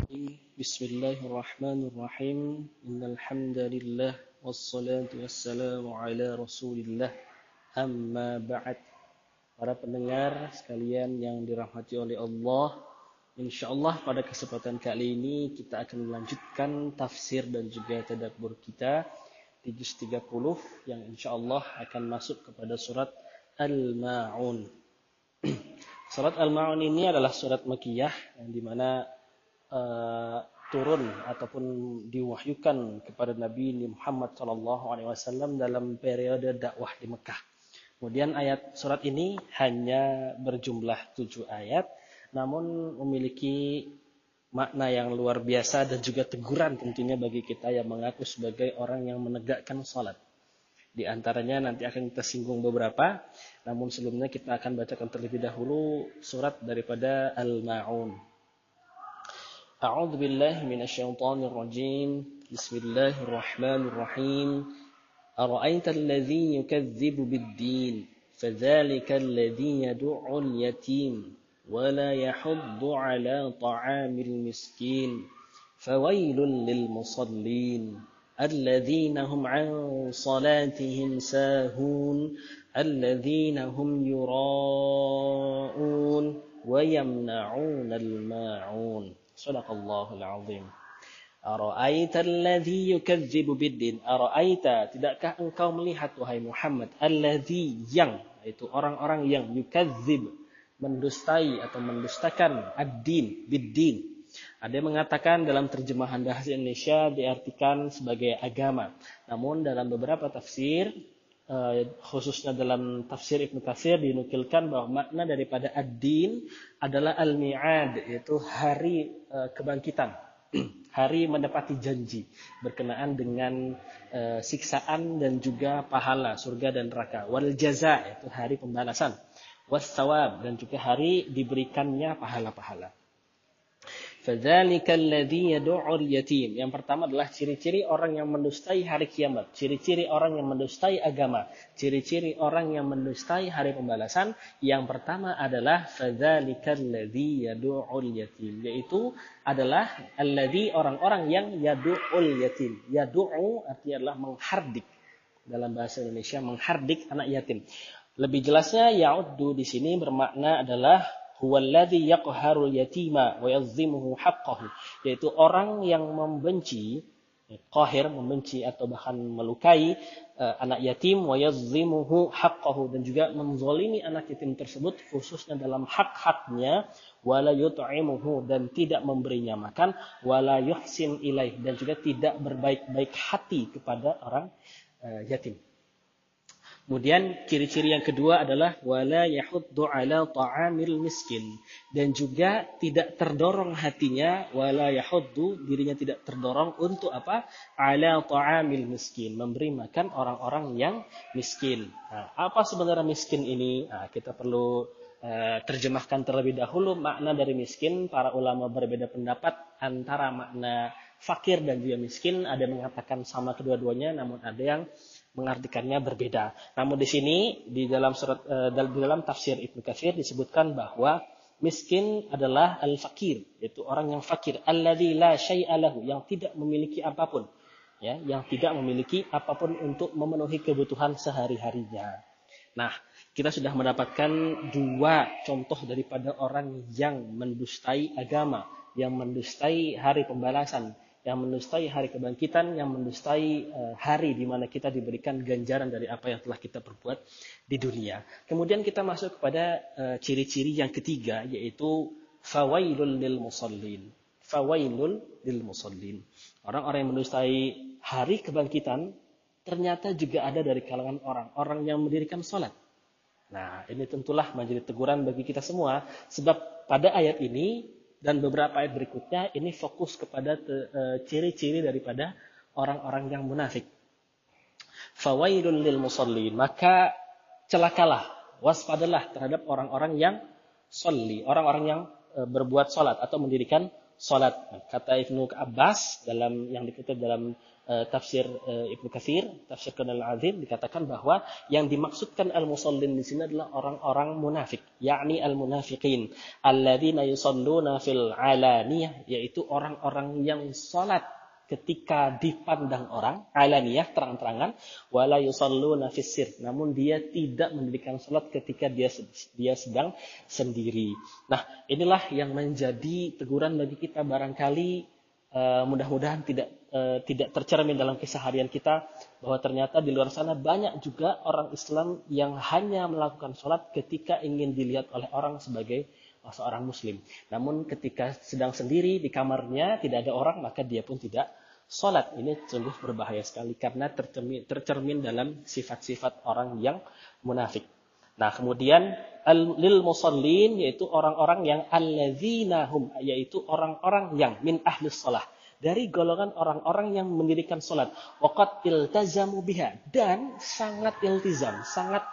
Bismillahirrahmanirrahim. Innal hamdalillah wassalatu wassalamu ala Rasulillah. Amma ba'd. Para pendengar sekalian yang dirahmati oleh Allah, insyaallah pada kesempatan kali ini kita akan melanjutkan tafsir dan juga tadabbur kita di juz 30 yang insyaallah akan masuk kepada surat Al-Ma'un. Surat Al-Ma'un ini adalah surat Makkiyah yang dimana turun ataupun diwahyukan kepada Nabi Muhammad SAW dalam periode dakwah di Mekah. Kemudian ayat surat ini hanya berjumlah 7 ayat, namun memiliki makna yang luar biasa dan juga teguran tentunya bagi kita yang mengaku sebagai orang yang menegakkan salat. Di antaranya nanti akan kita singgung beberapa, namun sebelumnya kita akan bacakan terlebih dahulu surat daripada Al-Ma'un. A'udzu billahi minasyaitonir rajim. Bismillahirrahmanirrahim. Ara'aita alladhi yukadzibu bid-din, fadzalika alladhi yad'ul yatim wa la yahuddu 'ala ta'amil miskin. Fawailul lil musallin alladhina hum 'an salatihim sahun alladhina hum yura'un wa yamna'unal ma'un. Shadaqallahul azim. Ara'aita alladhi yukadzibu bid-din. Ara'aita, tidakkah engkau melihat wahai Muhammad, alladhi yang, yaitu orang-orang yang yukadzib, mendustai atau mendustakan ad-din, bid-din. Ada yang mengatakan dalam terjemahan bahasa Indonesia diartikan sebagai agama. Namun dalam beberapa tafsir, khususnya dalam tafsir Ibnu Katsir dinukilkan bahwa makna daripada ad-din adalah al-mi'ad, yaitu hari kebangkitan, hari menepati janji berkenaan dengan siksaan dan juga pahala surga dan neraka, wal jaza, yaitu hari pembalasan, was thawab, dan juga hari diberikannya pahala-pahala. Fadzalika alladhi yad'ul yatim. Yang pertama adalah ciri-ciri orang yang mendustai hari kiamat, ciri-ciri orang yang mendustai agama, ciri-ciri orang yang mendustai hari pembalasan. Yang pertama adalah fadzalika alladhi yad'ul yatim, yaitu adalah alladhi, orang-orang yang yad'ul yatim. Yad'u artinya adalah menghardik, dalam bahasa Indonesia menghardik anak yatim. Lebih jelasnya ya'uddu di sini bermakna adalah huwallazi yaqharul yatima wa yazzimuhu haqqahu, yaitu orang yang membenci, qahir, membenci atau bahkan melukai anak yatim, wa yazzimuhu haqqahu, dan juga menzalimi anak yatim tersebut khususnya dalam hak-haknya, wala yut'imuhu, dan tidak memberinya makan, wala yuhsin ilaih, dan juga tidak berbaik-baik hati kepada orang yatim. Kemudian ciri-ciri yang kedua adalah wala yahuddu 'ala ta'amil miskin, dan juga tidak terdorong hatinya, wala yahuddu, dirinya tidak terdorong untuk apa? 'Ala ta'amil miskin, memberi makan orang-orang yang miskin. Nah, apa sebenarnya miskin ini? Nah, kita perlu terjemahkan terlebih dahulu makna dari miskin. Para ulama berbeda pendapat antara makna fakir dan juga miskin. Ada yang mengatakan sama kedua-duanya, namun ada yang mengartikannya berbeda. Namun di sini di dalam tafsir Ibnu Katsir disebutkan bahwa miskin adalah al-fakir, yaitu orang yang fakir, alladzi la syai'a lahu, yang tidak memiliki apapun, ya, yang tidak memiliki apapun untuk memenuhi kebutuhan sehari-harinya. Nah, kita sudah mendapatkan 2 contoh daripada orang yang mendustai agama, yang mendustai hari pembalasan, yang mendustai hari kebangkitan, yang mendustai hari di mana kita diberikan ganjaran dari apa yang telah kita perbuat di dunia. Kemudian kita masuk kepada ciri-ciri yang ketiga, yaitu fawailul lil musallin. Fawailul lil musallin. Orang-orang yang mendustai hari kebangkitan ternyata juga ada dari kalangan orang yang mendirikan salat. Nah, ini tentulah menjadi teguran bagi kita semua, sebab pada ayat ini dan beberapa ayat berikutnya ini fokus kepada ciri-ciri daripada orang-orang yang munafik. Fawailul lil musallin, maka celakalah, waspadalah terhadap orang-orang yang sholli, orang-orang yang berbuat salat atau mendirikan salat. Kata Ibnu Abbas dalam yang dikutip dalam tafsir Ibnu Katsir, tafsir Qur'anul Azim, dikatakan bahwa yang dimaksudkan al-musallin di sini adalah orang-orang munafik, yakni al-munafiqin alladzina yusalluna fil alaniyah, yaitu orang-orang yang salat ketika dipandang orang, alaniyah terang-terangan, wala yusalluna fis sir, namun dia tidak mendirikan salat ketika dia sedang sendiri. Nah, inilah yang menjadi teguran bagi kita barangkali. Mudah-mudahan tidak tercermin dalam keseharian kita bahwa ternyata di luar sana banyak juga orang Islam yang hanya melakukan sholat ketika ingin dilihat oleh orang sebagai seorang Muslim. Namun ketika sedang sendiri di kamarnya tidak ada orang, maka dia pun tidak sholat. Ini sungguh berbahaya sekali karena tercermin dalam sifat-sifat orang yang munafik. Nah, kemudian lil musallin, yaitu orang-orang yang alladzina hum, yaitu orang-orang yang min ahlus shalah, dari golongan orang-orang yang mendirikan salat, waqad iltazamu biha, dan sangat iltizam, sangat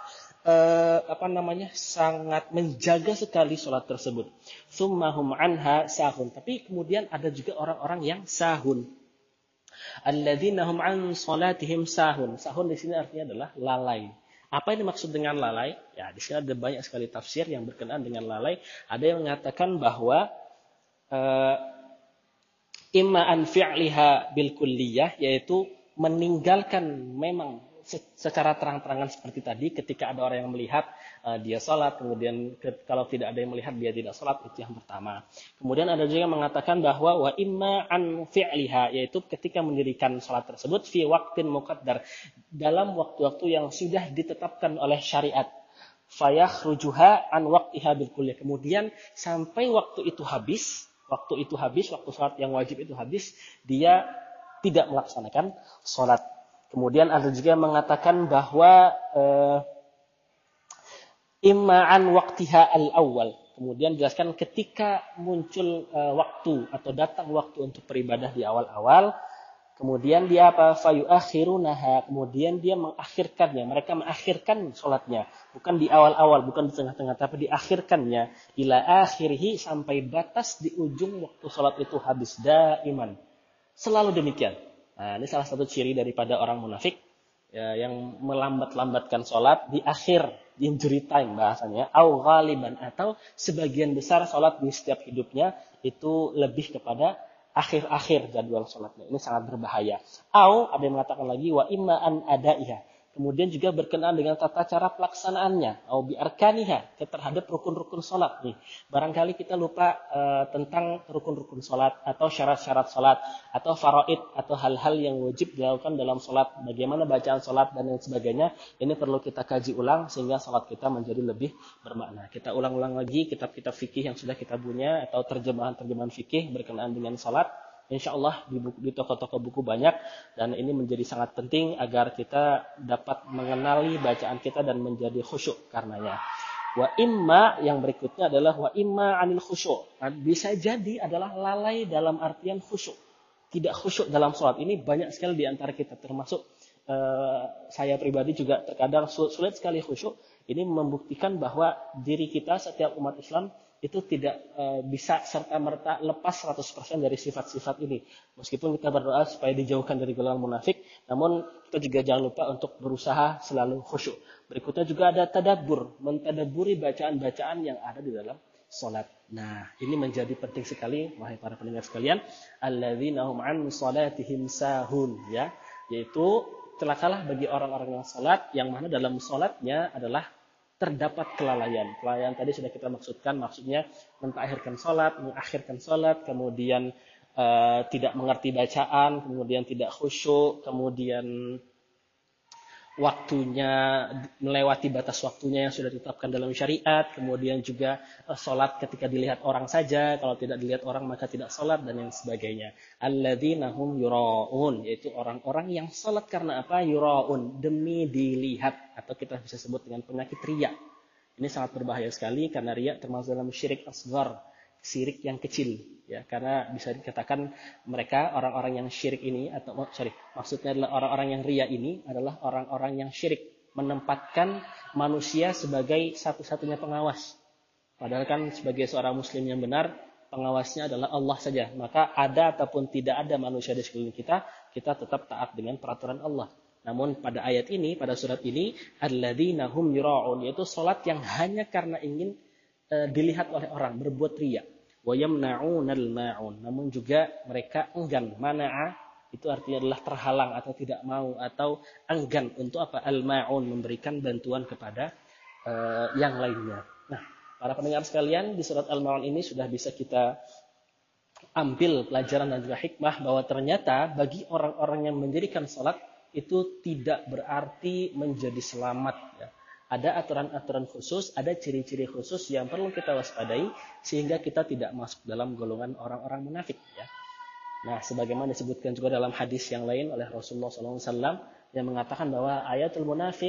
sangat menjaga sekali salat tersebut. Summahum anha sahun, tapi kemudian ada juga orang-orang yang sahun. Alladzina hum an salatihim sahun. Sahun di sini artinya adalah lalai. Apa yang dimaksud dengan lalai? Ya, di sini ada banyak sekali tafsir yang berkenaan dengan lalai. Ada yang mengatakan bahwa imma an fi'liha bil kulliyah, yaitu meninggalkan memang secara terang-terangan seperti tadi, ketika ada orang yang melihat dia sholat, kemudian kalau tidak ada yang melihat dia tidak sholat, itu yang pertama. Kemudian ada juga yang mengatakan bahwa wa imma an fi'liha, yaitu ketika mendirikan sholat tersebut fi waqtin muqaddar, dalam waktu-waktu yang sudah ditetapkan oleh syariat, fayakhrujuha an waqtiha bil kulliyah, kemudian sampai waktu sholat yang wajib itu habis, dia tidak melaksanakan sholat. Kemudian ada juga yang mengatakan bahwa imma'an waqtiha al-awwal. Kemudian jelaskan ketika muncul waktu atau datang waktu untuk beribadah di awal-awal. Kemudian dia fayu'akhirunaha. Kemudian dia mengakhirkannya. Mereka mengakhirkan sholatnya. Bukan di awal-awal, bukan di tengah-tengah, tapi diakhirkannya. Ila akhirih, sampai batas di ujung waktu sholat itu habis. Daiman. Selalu demikian. Nah, ini salah satu ciri daripada orang munafik ya, yang melambat-lambatkan sholat di akhir injury time bahasanya, au ghaliban, atau sebagian besar sholat di setiap hidupnya itu lebih kepada akhir-akhir jadwal sholatnya. Ini sangat berbahaya. Au, ada yang mengatakan lagi, wa imma an adaiha. Kemudian juga berkenaan dengan tata cara pelaksanaannya, au bi arkaniha, terhadap rukun-rukun sholat nih. Barangkali kita lupa tentang rukun-rukun sholat atau syarat-syarat sholat atau faraid atau hal-hal yang wajib dilakukan dalam sholat. Bagaimana bacaan sholat dan lain sebagainya. Ini perlu kita kaji ulang sehingga sholat kita menjadi lebih bermakna. Kita ulang-ulang lagi kitab-kitab fikih yang sudah kita punya atau terjemahan-terjemahan fikih berkenaan dengan sholat. Insya Allah di toko-toko buku banyak, dan ini menjadi sangat penting agar kita dapat mengenali bacaan kita dan menjadi khusyuk karenanya. Wa imma, yang berikutnya adalah wa imma anil khusyuk. Bisa jadi adalah lalai dalam artian khusyuk. Tidak khusyuk dalam sholat. Ini banyak sekali di antara kita, termasuk saya pribadi juga terkadang sulit sekali khusyuk. Ini membuktikan bahwa diri kita, setiap umat Islam, itu tidak bisa serta-merta lepas 100% dari sifat-sifat ini. Meskipun kita berdoa supaya dijauhkan dari golongan munafik, namun kita juga jangan lupa untuk berusaha selalu khusyuk. Berikutnya juga ada tadabbur, mentadabburi bacaan-bacaan yang ada di dalam salat. Nah, ini menjadi penting sekali, wahai para pendengar sekalian, alladzina hum an salatihim sahun, ya, yaitu celakalah bagi orang-orang yang salat, yang mana dalam salatnya adalah terdapat kelalaian. Kelalaian tadi sudah kita maksudkan, maksudnya mentakhirkan sholat, mengakhirkan sholat, kemudian tidak mengerti bacaan, kemudian tidak khusyuk, kemudian waktunya melewati batas waktunya yang sudah ditetapkan dalam syariat, kemudian juga sholat ketika dilihat orang saja, kalau tidak dilihat orang maka tidak sholat, dan yang sebagainya. Alladzina hum yura'un, yaitu orang-orang yang sholat karena apa? Yura'un, demi dilihat, atau kita bisa sebut dengan penyakit riya. Ini sangat berbahaya sekali karena riya termasuk dalam syirik asghar, syirik yang kecil, ya, karena bisa dikatakan mereka orang-orang yang syirik ini, atau maksudnya adalah orang-orang yang riya ini adalah orang-orang yang syirik, menempatkan manusia sebagai satu-satunya pengawas. Padahal kan sebagai seorang muslim yang benar, pengawasnya adalah Allah saja. Maka ada ataupun tidak ada manusia di sekeliling kita, kita tetap taat dengan peraturan Allah. Namun pada ayat ini, pada surat ini, alladzina hum yura'un, yaitu salat yang hanya karena ingin dilihat oleh orang, berbuat riya. Wa yamna'unal ma'un. Namun juga mereka enggan, mana'a itu artinya adalah terhalang atau tidak mau atau enggan untuk apa? Al-ma'un, memberikan bantuan kepada yang lainnya. Nah, para pendengar sekalian, di surat Al-Ma'un ini sudah bisa kita ambil pelajaran dan juga hikmah bahwa ternyata bagi orang-orang yang mendirikan salat itu tidak berarti menjadi selamat. Ya. Ada aturan-aturan khusus, ada ciri-ciri khusus yang perlu kita waspadai sehingga kita tidak masuk dalam golongan orang-orang munafik. Ya. Nah, sebagaimana disebutkan juga dalam hadis yang lain oleh Rasulullah SAW yang mengatakan bahwa ayatul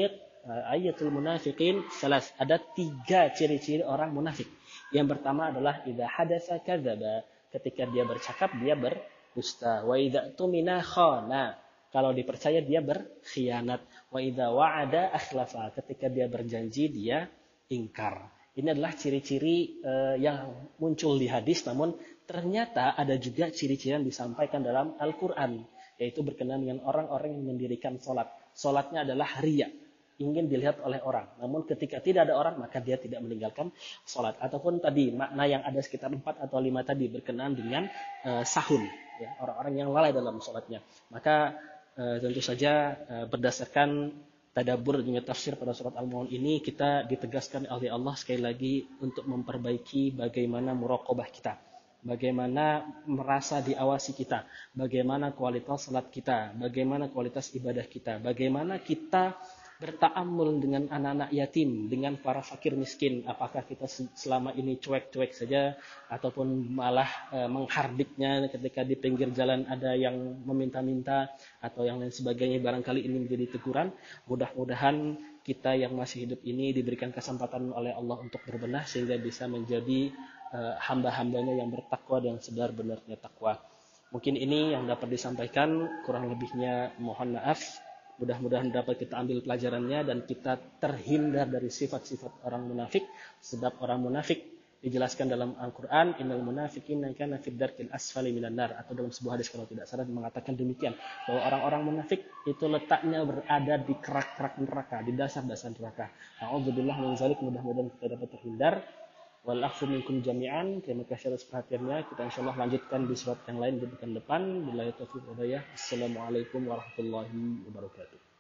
munafiqin salas, ada 3 ciri-ciri orang munafik. Yang pertama adalah idza hadatsa kadzaba, ketika dia bercakap dia berdusta. Wa idza tumina khana, kalau dipercaya dia berkhianat. Wa idza wa'ada akhlafa, ketika dia berjanji dia ingkar. Ini adalah ciri-ciri yang muncul di hadis, namun ternyata ada juga ciri-ciri yang disampaikan dalam Al-Quran, yaitu berkenaan dengan orang-orang yang mendirikan sholat. Sholatnya adalah riya, ingin dilihat oleh orang. Namun ketika tidak ada orang, maka dia tidak meninggalkan sholat. Ataupun tadi makna yang ada sekitar 4 atau 5 tadi berkenaan dengan sahun, ya, orang-orang yang lalai dalam sholatnya. Maka tentu saja berdasarkan tadabbur dan tafsir pada surat Al-Ma'un ini, kita ditegaskan oleh Allah sekali lagi untuk memperbaiki bagaimana muraqabah kita, bagaimana merasa diawasi kita, bagaimana kualitas salat kita, bagaimana kualitas ibadah kita, bagaimana kita bertaamul dengan anak-anak yatim, dengan para fakir miskin. Apakah kita selama ini cuek-cuek saja ataupun malah menghardiknya ketika di pinggir jalan ada yang meminta-minta atau yang lain sebagainya. Barangkali ini menjadi teguran. Mudah-mudahan kita yang masih hidup ini diberikan kesempatan oleh Allah untuk berbenah sehingga bisa menjadi hamba-hambanya yang bertakwa dan sebenar-benarnya takwa. Mungkin ini yang dapat disampaikan, kurang lebihnya mohon maaf. Mudah-mudahan dapat kita ambil pelajarannya dan kita terhindar dari sifat-sifat orang munafik. Sebab orang munafik dijelaskan dalam Al-Quran, innal munafiqina kana fid darkil asfali minan nar, atau dalam sebuah hadis kalau tidak salah mengatakan demikian, bahwa orang-orang munafik itu letaknya berada di kerak-kerak neraka, di dasar-dasar neraka. A'udzubillah min dzalik, mudah-mudahan kita dapat terhindar. Wal afu minkum jami'an. Terima kasih atas perhatiannya. Kita insyaallah lanjutkan di surat yang lain di pekan depan. Billahi taufiq wal hidayah. Assalamualaikum warahmatullahi wabarakatuh.